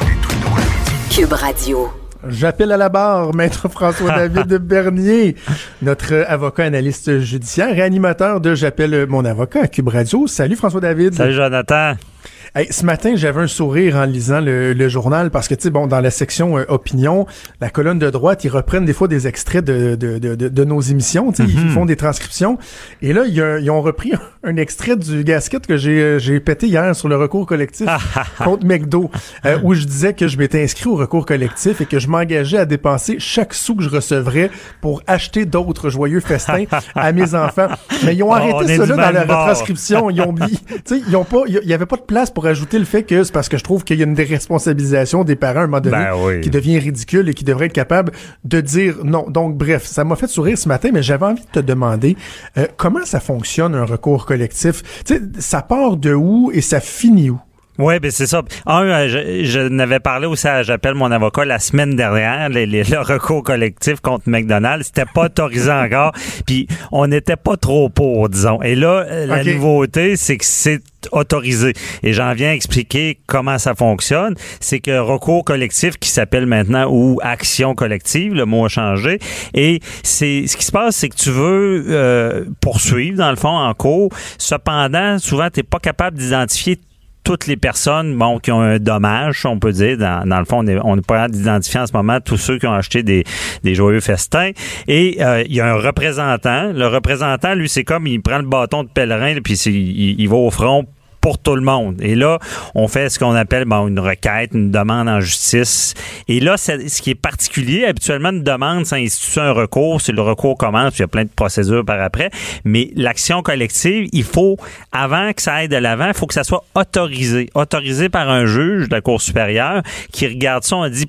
Cube Radio. J'appelle à la barre Maître François-David Bernier, notre avocat analyste judiciaire et animateur de J'appelle mon avocat à Cube Radio. Salut François-David. Salut Jonathan. Hey, ce matin, j'avais un sourire en lisant le journal parce que, tu sais, bon, dans la section opinion, la colonne de droite, ils reprennent des fois des extraits de nos émissions, tu sais, ils font des transcriptions. Et là, ils ont repris un extrait du gasket que j'ai pété hier sur le recours collectif contre McDo, où je disais que je m'étais inscrit au recours collectif et que je m'engageais à dépenser chaque sou que je recevrais pour acheter d'autres joyeux festins à mes enfants. Mais ils ont arrêté ça là dans la retranscription. Ils ont oublié, tu sais, il y avait pas de place pour ajouter le fait que c'est parce que je trouve qu'il y a une déresponsabilisation des parents à un moment donné qui devient ridicule et qui devrait être capable de dire non. Donc, bref, ça m'a fait sourire ce matin, mais j'avais envie de te demander comment ça fonctionne un recours collectif? Tu sais, ça part de où et ça finit où? Oui, ben c'est ça. Je n'avais parlé aussi à J'appelle mon avocat la semaine dernière, le recours collectif contre McDonald's. C'était pas autorisé encore, puis on n'était pas trop pour, disons. Et là, la nouveauté, c'est que c'est autorisé. Et j'en viens expliquer comment ça fonctionne. C'est que recours collectif qui s'appelle maintenant ou action collective, le mot a changé. Et c'est ce qui se passe, c'est que tu veux poursuivre, dans le fond, en cours. Cependant, souvent, t'es pas capable d'identifier toutes les personnes qui ont un dommage, on peut dire. Dans le fond, on n'est pas capable d'identifier en ce moment tous ceux qui ont acheté des joyeux festins. Et il y a un représentant. Le représentant, lui, c'est comme il prend le bâton de pèlerin puis il va au front pour tout le monde. Et là, on fait ce qu'on appelle une requête, une demande en justice. Et là, ce qui est particulier, habituellement, une demande, ça institue un recours. Si le recours commence, puis il y a plein de procédures par après. Mais l'action collective, il faut, avant que ça aille de l'avant, il faut que ça soit autorisé. Autorisé par un juge de la Cour supérieure qui regarde ça, on dit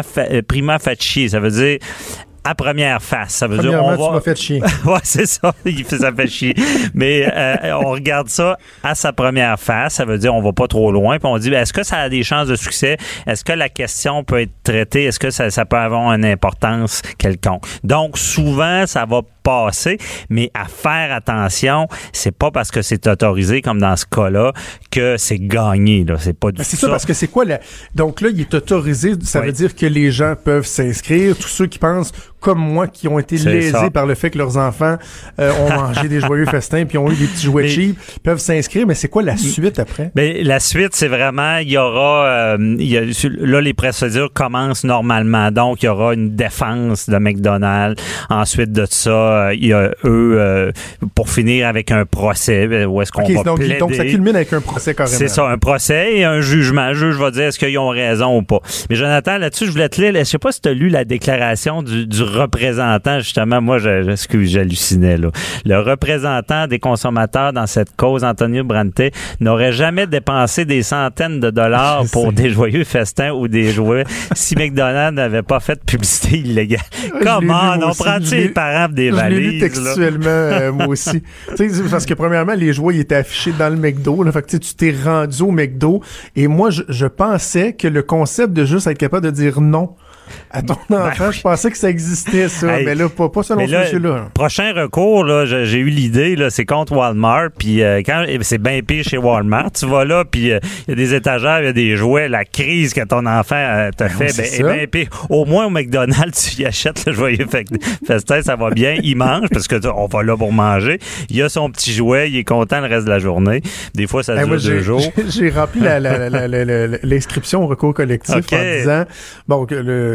prima facie. Ça veut dire à première face. Ça veut dire tu m'as fait chier. Ouais, c'est ça. Ça fait chier. Mais on regarde ça à sa première face. Ça veut dire on va pas trop loin. Puis on dit est-ce que ça a des chances de succès? Est-ce que la question peut être traitée? Est-ce que ça peut avoir une importance quelconque? Donc souvent ça va passer, mais à faire attention, c'est pas parce que c'est autorisé comme dans ce cas-là que c'est gagné. Là, c'est pas du tout ça. C'est ça parce que c'est quoi donc là il est autorisé. Ça veut dire que les gens peuvent s'inscrire. Tous ceux qui pensent comme moi, qui ont été lésés par le fait que leurs enfants ont mangé des joyeux festins puis ont eu des petits jouets cheap, peuvent s'inscrire, mais c'est quoi la suite après? Ben, la suite, c'est vraiment, il y aura, là, les procédures commencent normalement, donc il y aura une défense de McDonald's. Ensuite de ça, il y a eux, pour finir avec un procès, où est-ce qu'on va plaider. Donc ça culmine avec un procès carrément. C'est ça, un procès et un jugement. Le juge va dire est-ce qu'ils ont raison ou pas. Mais Jonathan, là-dessus, je voulais te lire, je sais pas si tu as lu la déclaration du représentant, justement, moi, j'hallucinais, là. Le représentant des consommateurs dans cette cause, Antonio Brante, n'aurait jamais dépensé des centaines de dollars pour des joyeux festins ou des jouets si McDonald's n'avait pas fait de publicité illégale. Comment on prend-tu les parents des valises? Je l'ai lu textuellement, moi aussi. Tu sais, parce que premièrement, les jouets ils étaient affichés dans le McDo. Là, fait que tu t'es rendu au McDo. Et moi, je pensais que le concept de juste être capable de dire non à ton enfant, je pensais que ça existait, ça. Mais là, pas selon ce monsieur-là. Prochain recours, là, j'ai eu l'idée, là, c'est contre Walmart. Puis c'est bien pire chez Walmart. Tu vas là, puis il y a des étagères, il y a des jouets. La crise que ton enfant t'a fait est bien pire. Au moins, au McDonald's, tu y achètes le joyeux festin, ça va bien. Il mange, parce que on va là pour manger. Il a son petit jouet, il est content le reste de la journée. Des fois, ça dure 2 jours. J'ai rempli l'inscription au recours collectif en disant, bon,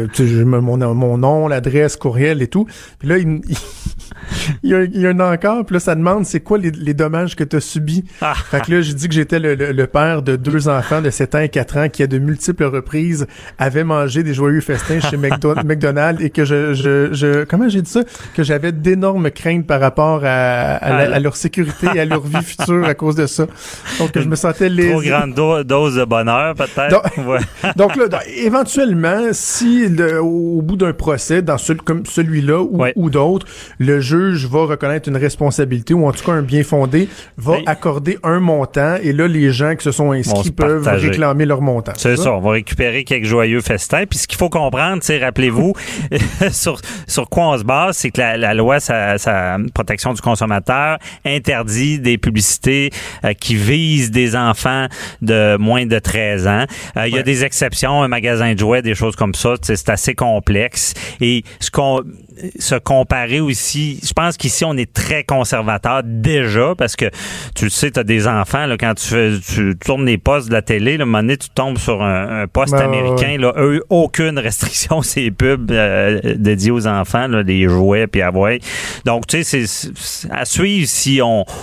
mon nom, l'adresse, courriel et tout. Puis là, il y a un encart, puis là, ça demande c'est quoi les dommages que tu as subis. Fait que là, j'ai dit que j'étais le père de 2 enfants de 7 ans et 4 ans qui, à de multiples reprises, avaient mangé des joyeux festins chez McDonald's et que comment j'ai dit ça? Que j'avais d'énormes craintes par rapport à leur sécurité et à leur vie future à cause de ça. Donc, je me sentais lésé. Trop grande dose de bonheur, peut-être. Donc là, éventuellement, si au bout d'un procès, comme celui-là ou d'autres, le juge va reconnaître une responsabilité ou en tout cas un bien fondé, va accorder un montant et là, les gens qui se sont inscrits peuvent réclamer leur montant. C'est ça, on va récupérer quelques joyeux festins. Puis ce qu'il faut comprendre, c'est, rappelez-vous, sur quoi on se base, c'est que la loi, sa protection du consommateur interdit des publicités qui visent des enfants de moins de 13 ans. Il y a des exceptions, un magasin de jouets, des choses comme ça, c'est assez complexe. Et se comparer aussi, je pense qu'ici, on est très conservateur déjà, parce que tu le sais, tu as des enfants, là, quand tu tournes les postes de la télé, là, à un moment donné, tu tombes sur un poste américain, là, eux, aucune restriction, c'est les pubs dédiés aux enfants, là, les jouets, puis à voir. Donc, tu sais, c'est à suivre si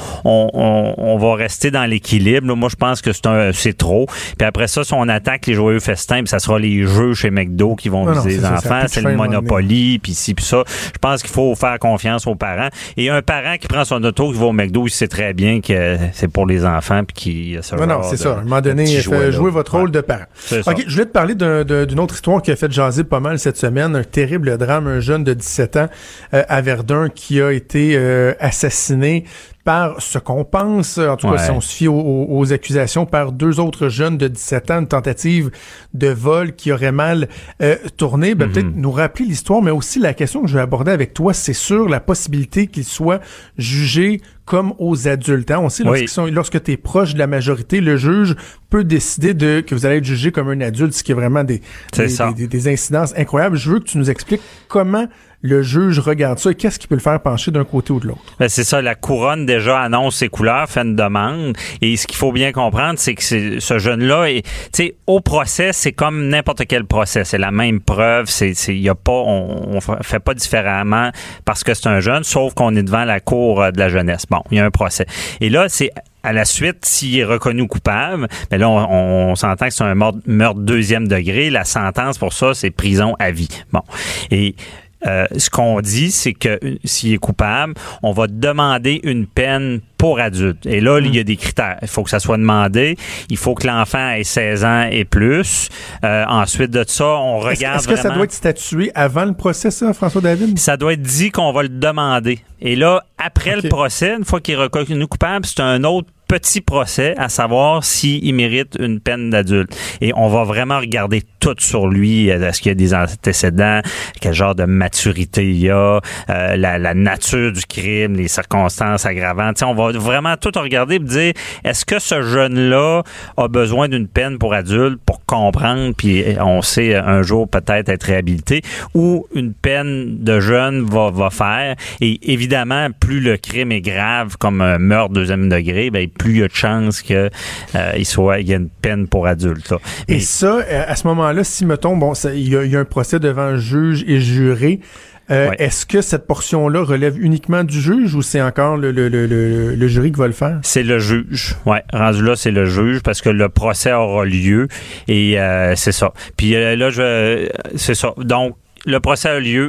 on va rester dans l'équilibre. Là, moi, je pense que c'est trop. Puis après ça, si on attaque les joyeux festins, puis ça sera les jeux chez McDo qui vont viser les enfants, c'est le Monopoly, puis ci, puis ça. Je pense qu'il faut faire confiance aux parents. Et un parent qui prend son auto, qui va au McDo, il sait très bien que c'est pour les enfants, puis qu'il y a ça. Non, c'est ça. À un moment donné, jouer votre rôle de parent. OK, je voulais te parler d'une autre histoire qui a fait jaser pas mal cette semaine. Un terrible drame, un jeune de 17 ans à Verdun qui a été assassiné par ce qu'on pense, en tout cas si on se fie aux accusations, par 2 autres jeunes de 17 ans, une tentative de vol qui aurait mal tourné. Peut-être nous rappeler l'histoire, mais aussi la question que je vais aborder avec toi, c'est sur la possibilité qu'ils soient jugés comme aux adultes. Hein? On sait, lorsque tu es proche de la majorité, le juge peut décider que vous allez être jugé comme un adulte, ce qui est vraiment des incidences incroyables. Je veux que tu nous expliques comment le juge regarde ça et qu'est-ce qui peut le faire pencher d'un côté ou de l'autre. Ben c'est ça, la couronne déjà annonce ses couleurs, fait une demande, et ce qu'il faut bien comprendre, c'est que ce jeune-là, tu sais, au procès, c'est comme n'importe quel procès, c'est la même preuve, on fait pas différemment parce que c'est un jeune, sauf qu'on est devant la cour de la jeunesse. Bon, il y a un procès. Et là, c'est à la suite, s'il est reconnu coupable, ben là, on s'entend que c'est un meurtre 2e degré. La sentence pour ça, c'est prison à vie. Bon. Et ce qu'on dit, c'est que s'il est coupable, on va demander une peine pour adulte. Et là, il y a des critères. Il faut que ça soit demandé. Il faut que l'enfant ait 16 ans et plus. Ensuite de ça, on regarde Est-ce que ça doit être statué avant le procès, ça, François-David? Ça doit être dit qu'on va le demander. Et là, après le procès, une fois qu'il est reconnu coupable, c'est un autre petit procès à savoir s'il mérite une peine d'adulte. Et on va vraiment regarder tout sur lui. Est-ce qu'il y a des antécédents? Quel genre de maturité il y a? La nature du crime, les circonstances aggravantes. T'sais, on va vraiment tout regarder et dire, est-ce que ce jeune-là a besoin d'une peine pour adulte pour comprendre, puis on sait un jour peut-être être réhabilité, ou une peine de jeune va faire. Et évidemment, plus le crime est grave, comme un meurtre 2e degré, ben plus il y a de chances qu'il y ait une peine pour adulte. Là. Et ça, à ce moment-là, si, mettons, il y a un procès devant juge et juré, est-ce que cette portion-là relève uniquement du juge ou c'est encore le jury qui va le faire? C'est le juge. Ouais, rendu là, c'est le juge parce que le procès aura lieu et c'est ça. Puis là, c'est ça. Donc, le procès a lieu.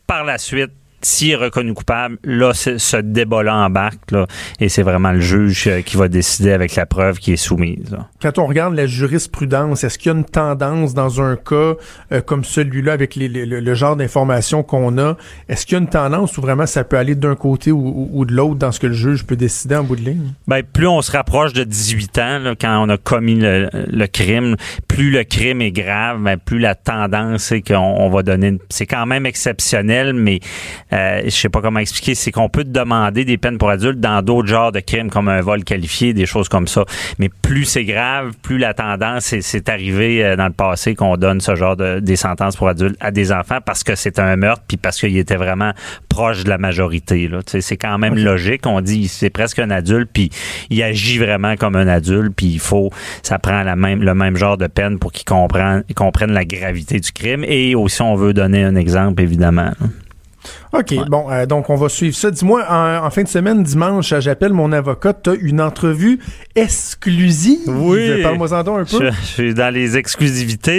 par la suite, s'il est reconnu coupable, là, ce débat-là embarque, là, et c'est vraiment le juge qui va décider avec la preuve qui est soumise. Là. Quand on regarde la jurisprudence, est-ce qu'il y a une tendance dans un cas comme celui-là, avec le genre d'informations qu'on a, est-ce qu'il y a une tendance où vraiment ça peut aller d'un côté ou de l'autre dans ce que le juge peut décider en bout de ligne? Ben, plus on se rapproche de 18 ans, là, quand on a commis le crime, plus le crime est grave, ben, plus la tendance c'est qu'on va donner... C'est quand même exceptionnel, mais je sais pas comment expliquer, c'est qu'on peut demander des peines pour adultes dans d'autres genres de crimes comme un vol qualifié, des choses comme ça. Mais plus c'est grave, plus la tendance, c'est arrivé dans le passé qu'on donne ce genre des sentences pour adultes à des enfants parce que c'est un meurtre puis parce qu'il était vraiment proche de la majorité. Là. C'est quand même logique. On dit c'est presque un adulte puis il agit vraiment comme un adulte puis ça prend le même genre de peine pour qu'ils comprennent la gravité du crime et aussi on veut donner un exemple évidemment. Là. OK, bon, donc on va suivre ça. Dis-moi, en fin de semaine, dimanche, j'appelle mon avocat, tu as une entrevue exclusive. Oui. Parle-moi-en donc un peu. Je suis dans les exclusivités.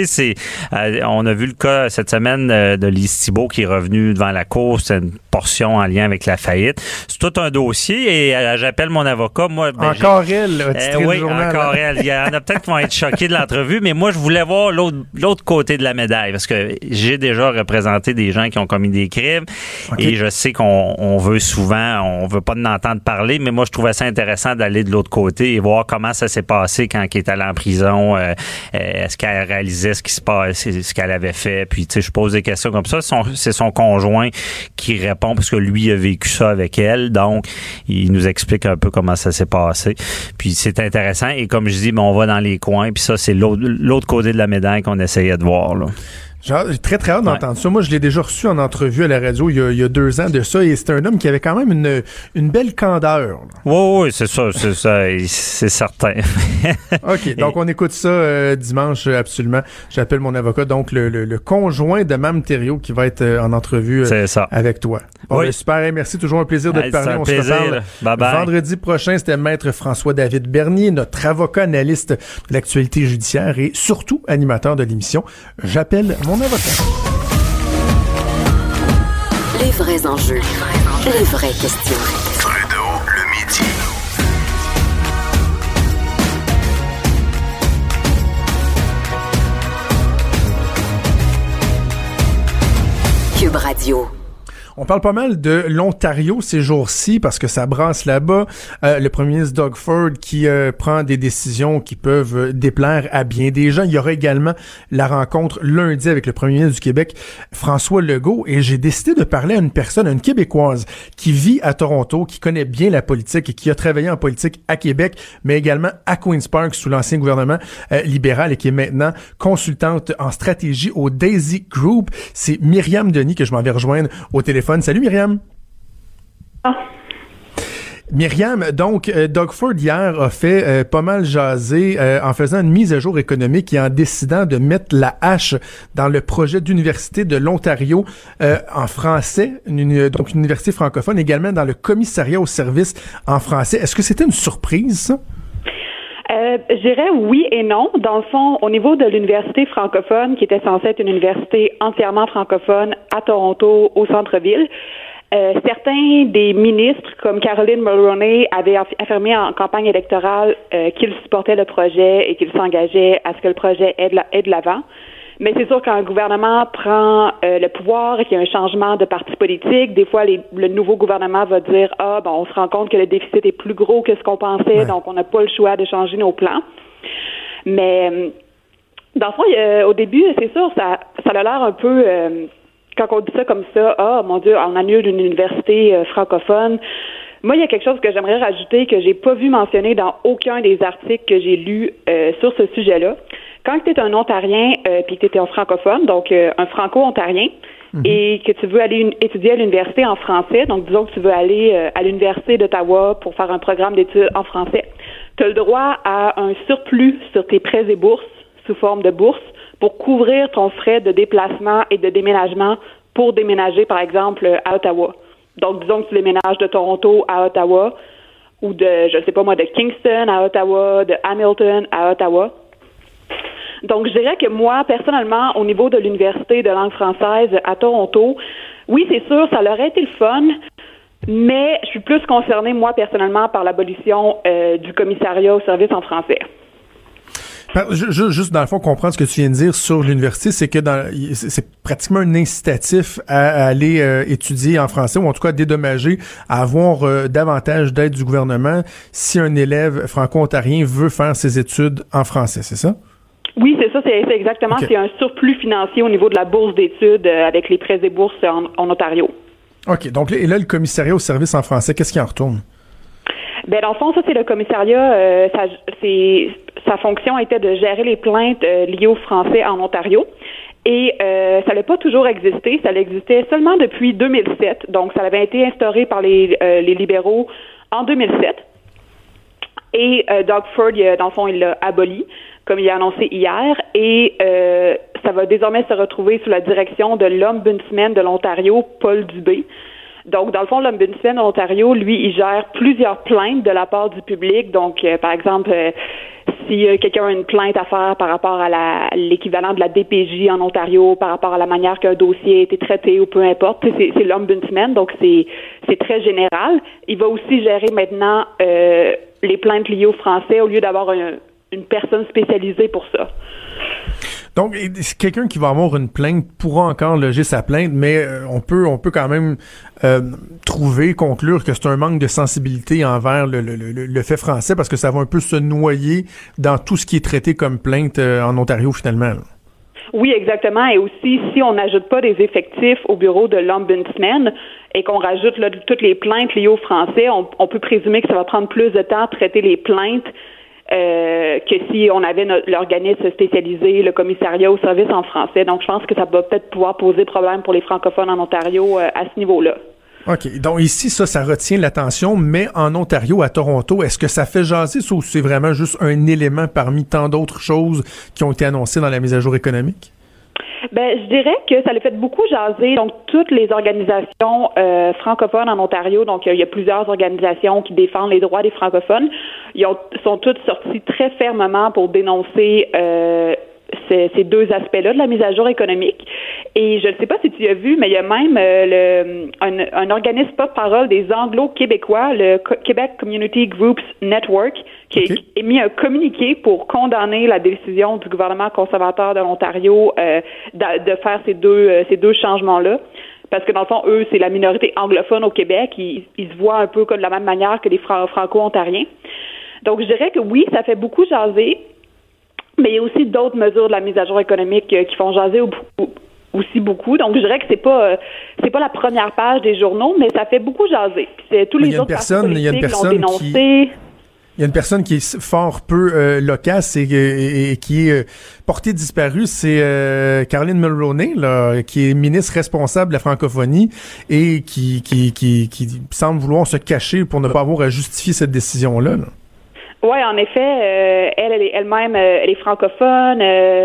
On a vu le cas cette semaine de Lise Thibault qui est revenue devant la cour. C'est une portion en lien avec la faillite. C'est tout un dossier et j'appelle mon avocat. Moi, encore elle, a titré le journal. Encore elle. Il y en a peut-être qui vont être choqués de l'entrevue, mais moi, je voulais voir l'autre côté de la médaille parce que j'ai déjà représenté des gens qui ont commis des crimes. Okay. Et je sais qu'on veut souvent, on veut pas en entendre parler, mais moi, je trouvais ça intéressant d'aller de l'autre côté et voir comment ça s'est passé quand il est allé en prison. Est-ce qu'elle réalisait ce qui se passait, ce qu'elle avait fait? Puis, tu sais, je pose des questions comme ça. C'est son conjoint qui répond parce que lui a vécu ça avec elle. Donc, il nous explique un peu comment ça s'est passé. Puis, c'est intéressant. Et comme je dis, on va dans les coins. Puis ça, c'est l'autre côté de la médaille qu'on essayait de voir, là. J'ai très, très hâte d'entendre ça. Moi, je l'ai déjà reçu en entrevue à la radio il y a 2 ans de ça, et c'est un homme qui avait quand même une belle candeur. Oui, c'est ça, c'est certain. OK, donc on écoute ça dimanche, absolument. J'appelle mon avocat, donc le conjoint de Mme Thériault qui va être en entrevue avec toi. Bon, oui. Super, merci, toujours un plaisir de te parler. On se reparle vendredi prochain. C'était Maître François-David Bernier, notre avocat analyste de l'actualité judiciaire et surtout animateur de l'émission. J'appelle mon avocat. Les vrais enjeux, les vraies questions. Trudeau le midi. Cube Radio. On parle pas mal de l'Ontario ces jours-ci parce que ça brasse là-bas. Le premier ministre Doug Ford qui prend des décisions qui peuvent déplaire à bien des gens. Il y aura également la rencontre lundi avec le premier ministre du Québec, François Legault. Et j'ai décidé de parler à une personne, une Québécoise qui vit à Toronto, qui connaît bien la politique et qui a travaillé en politique à Québec, mais également à Queen's Park sous l'ancien gouvernement libéral et qui est maintenant consultante en stratégie au Daisy Group. C'est Myriam Denis que je m'en vais rejoindre au téléphone. Salut Myriam. Myriam, donc Doug Ford hier a fait pas mal jaser en faisant une mise à jour économique et en décidant de mettre la hache dans le projet d'université de l'Ontario en français, donc une université francophone, également dans le commissariat aux services en français. Est-ce que c'était une surprise, ça? Je dirais oui et non. Dans le fond, au niveau de l'université francophone, qui était censée être une université entièrement francophone à Toronto, au centre-ville, certains des ministres, comme Caroline Mulroney, avaient affirmé en campagne électorale qu'ils supportaient le projet et qu'ils s'engageaient à ce que le projet aide de l'avant. Mais c'est sûr qu'un gouvernement prend le pouvoir et qu'il y a un changement de parti politique, des fois le nouveau gouvernement va dire on se rend compte que le déficit est plus gros que ce qu'on pensait, donc on n'a pas le choix de changer nos plans. Mais dans le fond, au début, c'est sûr, ça a l'air un peu quand on dit ça comme ça, mon Dieu, on annule une université francophone. Moi, il y a quelque chose que j'aimerais rajouter que j'ai pas vu mentionner dans aucun des articles que j'ai lus sur ce sujet-là. Quand tu es un Ontarien puis que tu es un francophone, donc un franco-ontarien, et que tu veux aller étudier à l'université en français, donc disons que tu veux aller à l'Université d'Ottawa pour faire un programme d'études en français, tu as le droit à un surplus sur tes prêts et bourses sous forme de bourse pour couvrir ton frais de déplacement et de déménagement pour déménager, par exemple, à Ottawa. Donc, disons que tu déménages de Toronto à Ottawa ou de Kingston à Ottawa, de Hamilton à Ottawa. Donc, je dirais que moi, personnellement, au niveau de l'Université de langue française à Toronto, Oui, c'est sûr, ça aurait été le fun, mais je suis plus concernée, moi, personnellement, par l'abolition du commissariat au service en français. Juste dans le fond, comprendre ce que tu viens de dire sur l'université, c'est que c'est pratiquement un incitatif à aller étudier en français, ou en tout cas dédommager, à avoir davantage d'aide du gouvernement si un élève franco-ontarien veut faire ses études en français, c'est ça? Oui, c'est ça, c'est exactement. Okay. C'est un surplus financier au niveau de la bourse d'études avec les prêts et bourses en Ontario. OK. Donc, et là, le commissariat au service en français, qu'est-ce qui en retourne? Ben dans le fond, ça, c'est le commissariat. Sa fonction était de gérer les plaintes liées au français en Ontario. Et ça n'a pas toujours existé. Ça existait seulement depuis 2007. Donc, ça avait été instauré par les libéraux en 2007. Et Doug Ford, dans le fond, il l'a aboli, comme il a annoncé hier. Et ça va désormais se retrouver sous la direction de l'Ombudsman de l'Ontario, Paul Dubé. Donc, dans le fond, l'Ombudsman de l'Ontario, lui, il gère plusieurs plaintes de la part du public. Donc, par exemple, si quelqu'un a une plainte à faire par rapport à l'équivalent de la DPJ en Ontario, par rapport à la manière qu'un dossier a été traité ou peu importe, c'est l'Ombudsman, donc c'est très général. Il va aussi gérer maintenant les plaintes liées au français au lieu d'avoir une personne spécialisée pour ça. Donc, quelqu'un qui va avoir une plainte pourra encore loger sa plainte, mais on peut quand même conclure que c'est un manque de sensibilité envers le fait français, parce que ça va un peu se noyer dans tout ce qui est traité comme plainte en Ontario, finalement. Là. Oui, exactement. Et aussi, si on n'ajoute pas des effectifs au bureau de l'Ombudsman et qu'on rajoute là, toutes les plaintes liées au français, on peut présumer que ça va prendre plus de temps à traiter les plaintes que si on avait l'organisme spécialisé, le commissariat au service en français. Donc, je pense que ça va peut-être pouvoir poser problème pour les francophones en Ontario à ce niveau-là. OK. Donc, ici, ça retient l'attention, mais en Ontario, à Toronto, est-ce que ça fait jaser ou c'est vraiment juste un élément parmi tant d'autres choses qui ont été annoncées dans la mise à jour économique? Ben, je dirais que ça l'a fait beaucoup jaser. Donc, toutes les organisations francophones en Ontario, donc il y a plusieurs organisations qui défendent les droits des francophones, sont toutes sorties très fermement pour dénoncer ces deux aspects-là de la mise à jour économique. Et je ne sais pas si tu as vu, mais il y a même un organisme porte-parole des Anglo-Québécois, le Québec Community Groups Network, qui a émis un communiqué pour condamner la décision du gouvernement conservateur de l'Ontario de faire ces deux changements-là. Parce que dans le fond, eux, c'est la minorité anglophone au Québec. Ils se voient un peu comme de la même manière que les franco-ontariens. Donc, je dirais que oui, ça fait beaucoup jaser. Mais il y a aussi d'autres mesures de la mise à jour économique qui font jaser aussi beaucoup. Donc, je dirais que c'est pas la première page des journaux, mais ça fait beaucoup jaser. Puis c'est tous les autres partis politiques l'ont dénoncé. Il y a une personne qui est fort peu loquace et qui est portée disparue, c'est Caroline Mulroney, là, qui est ministre responsable de la francophonie et qui semble vouloir se cacher pour ne pas avoir à justifier cette décision-là. Là. Oui, en effet, elle-même, elle est francophone.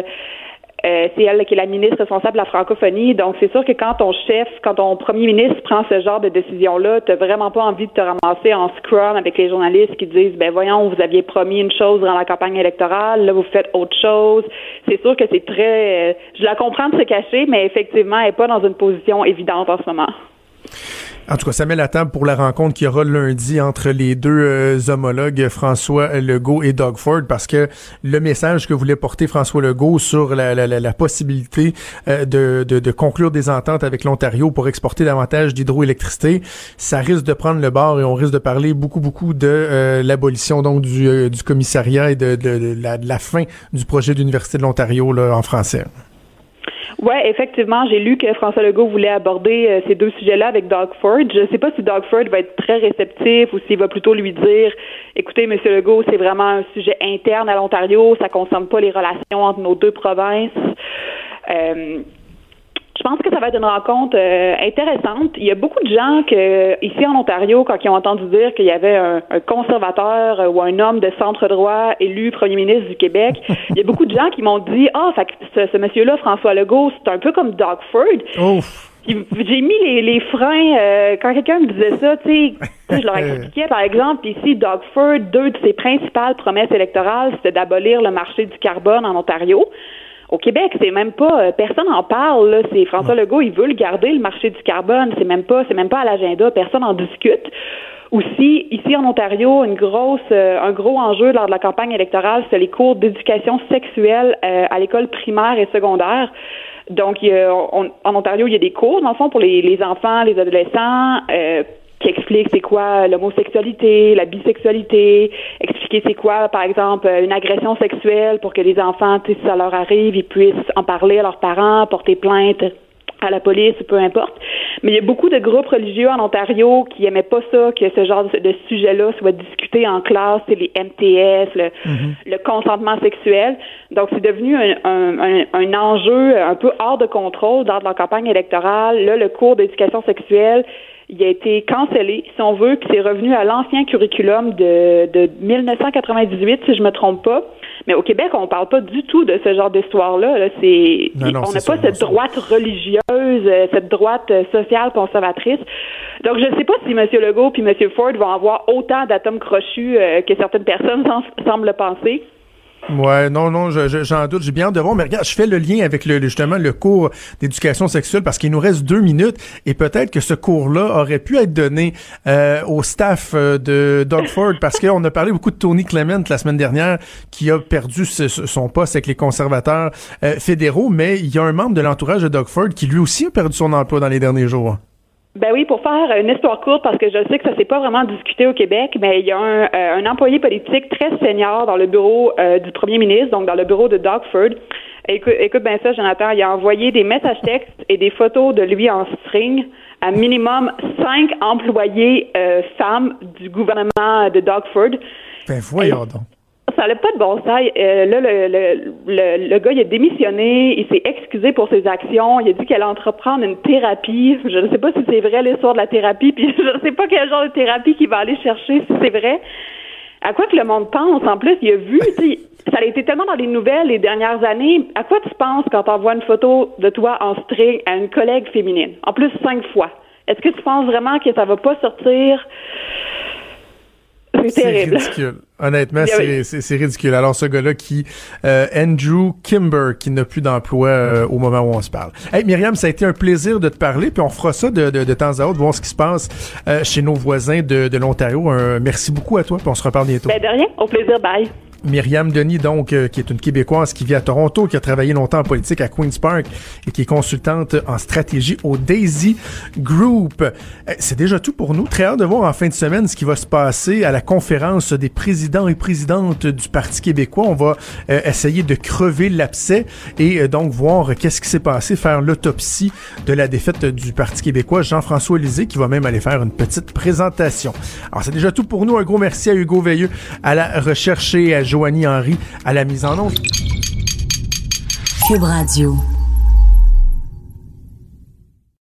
C'est elle qui est la ministre responsable de la francophonie. Donc, c'est sûr que quand ton premier ministre prend ce genre de décision-là, t'as vraiment pas envie de te ramasser en scrum avec les journalistes qui disent, ben voyons, vous aviez promis une chose dans la campagne électorale, là, vous faites autre chose. C'est sûr que c'est très... je la comprends de se cacher, mais effectivement, elle n'est pas dans une position évidente en ce moment. En tout cas, ça met la table pour la rencontre qu'il y aura lundi entre les deux homologues, François Legault et Doug Ford, parce que le message que voulait porter François Legault sur la possibilité de conclure des ententes avec l'Ontario pour exporter davantage d'hydroélectricité, ça risque de prendre le bord et on risque de parler beaucoup de l'abolition donc du commissariat et de la fin du projet d'Université de l'Ontario là, en français. Oui, effectivement, j'ai lu que François Legault voulait aborder ces deux sujets-là avec Doug Ford. Je ne sais pas si Doug Ford va être très réceptif ou s'il va plutôt lui dire « Écoutez, M. Legault, c'est vraiment un sujet interne à l'Ontario, ça ne concerne pas les relations entre nos deux provinces. » Je pense que ça va être une rencontre intéressante. Il y a beaucoup de gens ici en Ontario, quand ils ont entendu dire qu'il y avait un conservateur ou un homme de centre-droit élu premier ministre du Québec, il y a beaucoup de gens qui m'ont dit « fait que ce monsieur-là, François Legault, c'est un peu comme Doug Ford. » J'ai mis les freins quand quelqu'un me disait ça, tu sais, je leur expliquais, par exemple, ici, Doug Ford, deux de ses principales promesses électorales, c'était d'abolir le marché du carbone en Ontario. Au Québec, c'est même pas, personne en parle, là. C'est François Legault, il veut le garder, le marché du carbone. C'est même pas à l'agenda. Personne en discute. Aussi, ici en Ontario, un gros enjeu lors de la campagne électorale, c'est les cours d'éducation sexuelle à l'école primaire et secondaire. Donc, en Ontario, il y a des cours, dans le fond, pour les enfants, les adolescents, qui expliquent c'est quoi l'homosexualité, la bisexualité, expliquer c'est quoi, par exemple, une agression sexuelle pour que les enfants, si ça leur arrive, ils puissent en parler à leurs parents, porter plainte à la police, peu importe. Mais il y a beaucoup de groupes religieux en Ontario qui aimaient pas ça, que ce genre de sujet-là soit discuté en classe, c'est les MTS, le consentement sexuel. Donc, c'est devenu un enjeu un peu hors de contrôle dans la campagne électorale. Là, le cours d'éducation sexuelle, il a été cancellé, si on veut, puis c'est revenu à l'ancien curriculum de 1998, si je me trompe pas. Mais au Québec, on parle pas du tout de ce genre d'histoire-là. Là. On n'a pas cette droite religieuse, cette droite sociale conservatrice. Donc, je ne sais pas si M. Legault puis M. Ford vont avoir autant d'atomes crochus que certaines personnes semblent le penser. Ouais, non, j'en doute. J'ai bien hâte de voir. Mais regarde, je fais le lien avec justement le cours d'éducation sexuelle parce qu'il nous reste 2 minutes et peut-être que ce cours-là aurait pu être donné au staff de Doug Ford parce qu'on a parlé beaucoup de Tony Clement la semaine dernière qui a perdu son poste avec les conservateurs fédéraux, mais il y a un membre de l'entourage de Doug Ford qui lui aussi a perdu son emploi dans les derniers jours. Ben oui, pour faire une histoire courte, parce que je sais que ça s'est pas vraiment discuté au Québec, mais il y a un employé politique très senior dans le bureau du premier ministre, donc dans le bureau de Doug Ford. Écoute bien ça, Jonathan, il a envoyé des messages textes et des photos de lui en string à minimum 5 employés femmes du gouvernement de Doug Ford. Ben voyons donc. Ça n'a pas de bon sens. Là, le gars, il a démissionné, il s'est excusé pour ses actions, il a dit qu'il allait entreprendre une thérapie. Je ne sais pas si c'est vrai l'histoire de la thérapie, puis je ne sais pas quel genre de thérapie qu'il va aller chercher, si c'est vrai. À quoi que le monde pense? En plus, il a vu, ça a été tellement dans les nouvelles les dernières années. À quoi tu penses quand tu envoies une photo de toi en string à une collègue féminine? En plus, 5 fois. Est-ce que tu penses vraiment que ça va pas sortir? C'est terrible. Ridicule. Honnêtement, c'est ridicule. Alors, ce gars-là Andrew Kimber, qui n'a plus d'emploi au moment où on se parle. Hey, Myriam, ça a été un plaisir de te parler, puis on fera ça de temps à autre, voir ce qui se passe chez nos voisins de l'Ontario. Merci beaucoup à toi, puis on se reparle bientôt. Ben de rien, au plaisir, bye. Myriam Denis, donc, qui est une Québécoise qui vit à Toronto, qui a travaillé longtemps en politique à Queen's Park et qui est consultante en stratégie au Daisy Group. C'est déjà tout pour nous. Très hâte de voir en fin de semaine ce qui va se passer à la conférence des présidents et présidentes du Parti québécois. On va essayer de crever l'abcès et donc voir qu'est-ce qui s'est passé, faire l'autopsie de la défaite du Parti québécois. Jean-François Lisée qui va même aller faire une petite présentation. Alors, c'est déjà tout pour nous. Un gros merci à Hugo Veilleux à la recherche et à Joanie Henry à la mise en onde. Cube Radio.